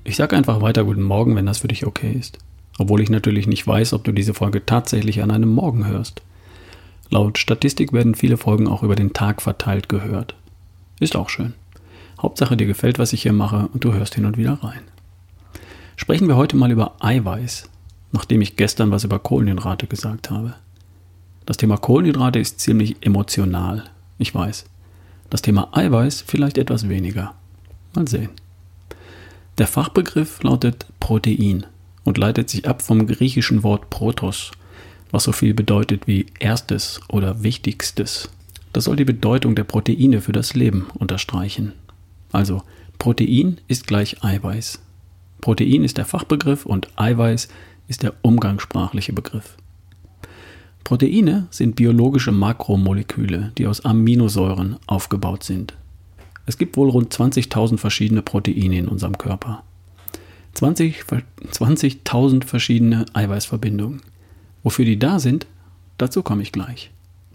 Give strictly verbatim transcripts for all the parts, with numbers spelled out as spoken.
Ich sage einfach weiter guten Morgen, wenn das für dich okay ist. Obwohl ich natürlich nicht weiß, ob du diese Folge tatsächlich an einem Morgen hörst. Laut Statistik werden viele Folgen auch über den Tag verteilt gehört. Ist auch schön. Hauptsache dir gefällt, was ich hier mache und du hörst hin und wieder rein. Sprechen wir heute mal über Eiweiß, nachdem ich gestern was über Kohlenhydrate gesagt habe. Das Thema Kohlenhydrate ist ziemlich emotional, ich weiß. Das Thema Eiweiß vielleicht etwas weniger. Mal sehen. Der Fachbegriff lautet Protein und leitet sich ab vom griechischen Wort Protos, was so viel bedeutet wie erstes oder wichtigstes. Das soll die Bedeutung der Proteine für das Leben unterstreichen. Also, Protein ist gleich Eiweiß. Protein ist der Fachbegriff und Eiweiß ist der umgangssprachliche Begriff. Proteine sind biologische Makromoleküle, die aus Aminosäuren aufgebaut sind. Es gibt wohl rund zwanzigtausend verschiedene Proteine in unserem Körper. zwanzigtausend verschiedene Eiweißverbindungen. Wofür die da sind, dazu komme ich gleich.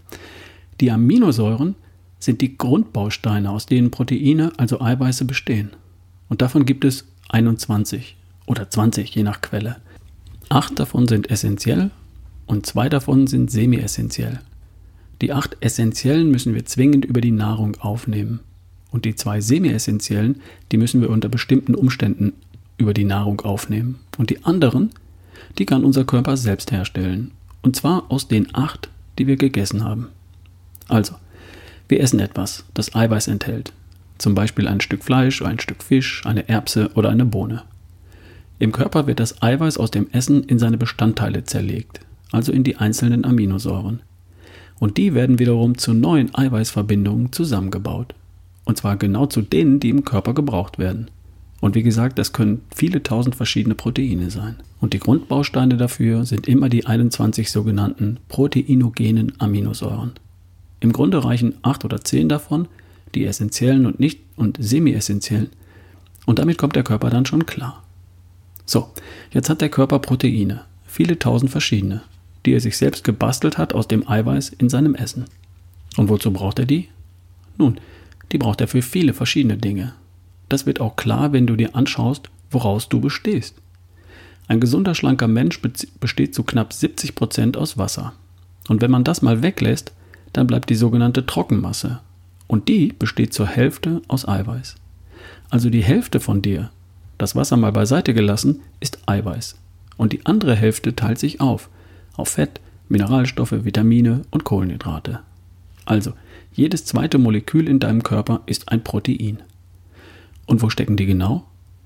Die Aminosäuren sind die Grundbausteine, aus denen Proteine, also Eiweiße, bestehen. Und davon gibt es einundzwanzig oder zwanzig, je nach Quelle. Acht davon sind essentiell und zwei davon sind semi-essentiell. Die acht essentiellen müssen wir zwingend über die Nahrung aufnehmen. Und die zwei semi-essentiellen, die müssen wir unter bestimmten Umständen über die Nahrung aufnehmen. Und die anderen, die kann unser Körper selbst herstellen. Und zwar aus den acht, die wir gegessen haben. Also, wir essen etwas, das Eiweiß enthält. Zum Beispiel ein Stück Fleisch, ein Stück Fisch, eine Erbse oder eine Bohne. Im Körper wird das Eiweiß aus dem Essen in seine Bestandteile zerlegt, also in die einzelnen Aminosäuren. Und die werden wiederum zu neuen Eiweißverbindungen zusammengebaut. Und zwar genau zu denen, die im Körper gebraucht werden. Und wie gesagt, das können viele tausend verschiedene Proteine sein. Und die Grundbausteine dafür sind immer die einundzwanzig sogenannten proteinogenen Aminosäuren. Im Grunde reichen acht oder zehn davon, die essentiellen und nicht und semi-essentiellen. Und damit kommt der Körper dann schon klar. So, jetzt hat der Körper Proteine, viele tausend verschiedene, die er sich selbst gebastelt hat aus dem Eiweiß in seinem Essen. Und wozu braucht er die? Nun, die braucht er für viele verschiedene Dinge. Das wird auch klar, wenn du dir anschaust, woraus du bestehst. Ein gesunder, schlanker Mensch besteht zu knapp siebzig Prozent aus Wasser. Und wenn man das mal weglässt, dann bleibt die sogenannte Trockenmasse. Und die besteht zur Hälfte aus Eiweiß. Also die Hälfte von dir, das Wasser mal beiseite gelassen, ist Eiweiß. Und die andere Hälfte teilt sich auf, auf Fett, Mineralstoffe, Vitamine und Kohlenhydrate. Also, jedes zweite Molekül in deinem Körper ist ein Protein. Und wo stecken die genau?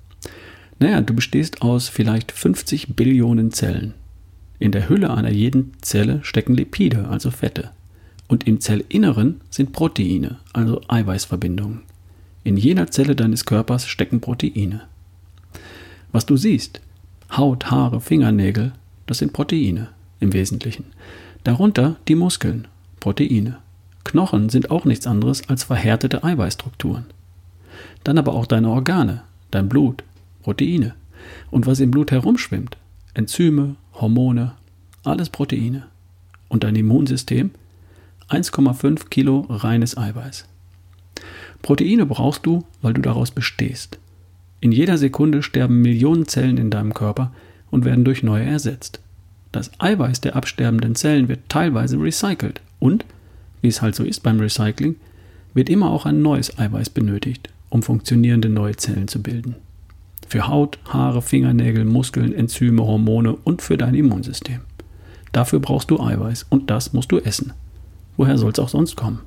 Naja, du bestehst aus vielleicht fünfzig Billionen Zellen. In der Hülle einer jeden Zelle stecken Lipide, also Fette. Und im Zellinneren sind Proteine, also Eiweißverbindungen. In jeder Zelle deines Körpers stecken Proteine. Was du siehst, Haut, Haare, Fingernägel, das sind Proteine im Wesentlichen. Darunter die Muskeln, Proteine. Knochen sind auch nichts anderes als verhärtete Eiweißstrukturen. Dann aber auch deine Organe, dein Blut, Proteine. Und was im Blut herumschwimmt, Enzyme, Hormone, alles Proteine. Und dein Immunsystem, eins Komma fünf Kilo reines Eiweiß. Proteine brauchst du, weil du daraus bestehst. In jeder Sekunde sterben Millionen Zellen in deinem Körper und werden durch neue ersetzt. Das Eiweiß der absterbenden Zellen wird teilweise recycelt und, wie es halt so ist beim Recycling, wird immer auch ein neues Eiweiß benötigt, um funktionierende neue Zellen zu bilden. Für Haut, Haare, Fingernägel, Muskeln, Enzyme, Hormone und für dein Immunsystem. Dafür brauchst du Eiweiß und das musst du essen. Woher soll es auch sonst kommen?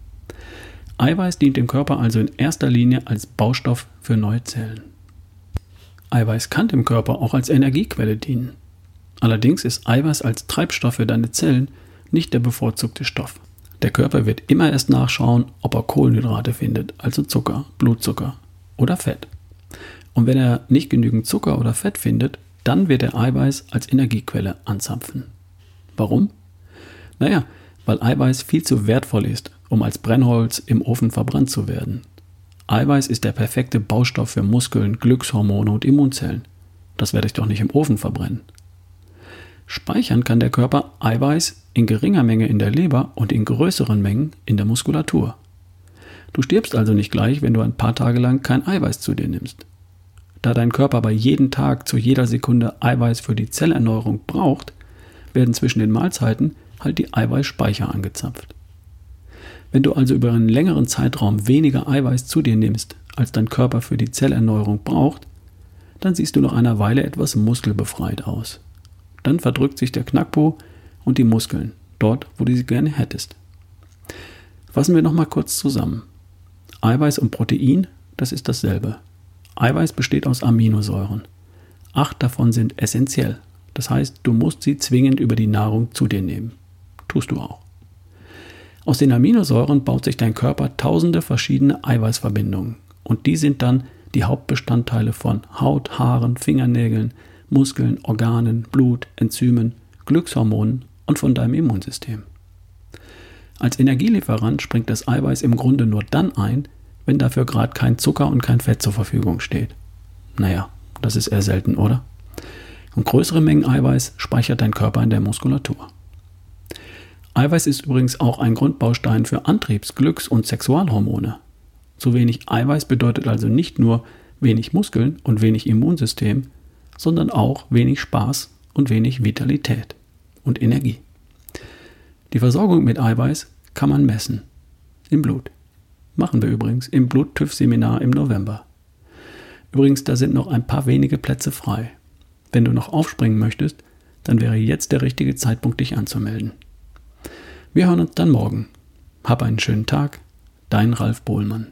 Eiweiß dient dem Körper also in erster Linie als Baustoff für neue Zellen. Eiweiß kann dem Körper auch als Energiequelle dienen. Allerdings ist Eiweiß als Treibstoff für deine Zellen nicht der bevorzugte Stoff. Der Körper wird immer erst nachschauen, ob er Kohlenhydrate findet, also Zucker, Blutzucker oder Fett. Und wenn er nicht genügend Zucker oder Fett findet, dann wird er Eiweiß als Energiequelle anzapfen. Warum? Naja, weil Eiweiß viel zu wertvoll ist, um als Brennholz im Ofen verbrannt zu werden. Eiweiß ist der perfekte Baustoff für Muskeln, Glückshormone und Immunzellen. Das werde ich doch nicht im Ofen verbrennen. Speichern kann der Körper Eiweiß in geringer Menge in der Leber und in größeren Mengen in der Muskulatur. Du stirbst also nicht gleich, wenn du ein paar Tage lang kein Eiweiß zu dir nimmst. Da dein Körper aber jeden Tag zu jeder Sekunde Eiweiß für die Zellerneuerung braucht, werden zwischen den Mahlzeiten halt die Eiweißspeicher angezapft. Wenn du also über einen längeren Zeitraum weniger Eiweiß zu dir nimmst, als dein Körper für die Zellerneuerung braucht, dann siehst du nach einer Weile etwas muskelbefreit aus. Dann verdrückt sich der Knackpo und die Muskeln, dort, wo du sie gerne hättest. Fassen wir nochmal kurz zusammen. Eiweiß und Protein, das ist dasselbe. Eiweiß besteht aus Aminosäuren. Acht davon sind essentiell. Das heißt, du musst sie zwingend über die Nahrung zu dir nehmen. Tust du auch. Aus den Aminosäuren baut sich dein Körper tausende verschiedene Eiweißverbindungen. Und die sind dann die Hauptbestandteile von Haut, Haaren, Fingernägeln, Muskeln, Organen, Blut, Enzymen, Glückshormonen und von deinem Immunsystem. Als Energielieferant springt das Eiweiß im Grunde nur dann ein, wenn dafür gerade kein Zucker und kein Fett zur Verfügung steht. Naja, das ist eher selten, oder? Und größere Mengen Eiweiß speichert dein Körper in der Muskulatur. Eiweiß ist übrigens auch ein Grundbaustein für Antriebs-, Glücks- und Sexualhormone. Zu wenig Eiweiß bedeutet also nicht nur wenig Muskeln und wenig Immunsystem, sondern auch wenig Spaß und wenig Vitalität und Energie. Die Versorgung mit Eiweiß kann man messen. Im Blut. Machen wir übrigens im Blut-TÜV-Seminar im November. Übrigens, da sind noch ein paar wenige Plätze frei. Wenn du noch aufspringen möchtest, dann wäre jetzt der richtige Zeitpunkt, dich anzumelden. Wir hören uns dann morgen. Hab einen schönen Tag. Dein Ralf Bohlmann.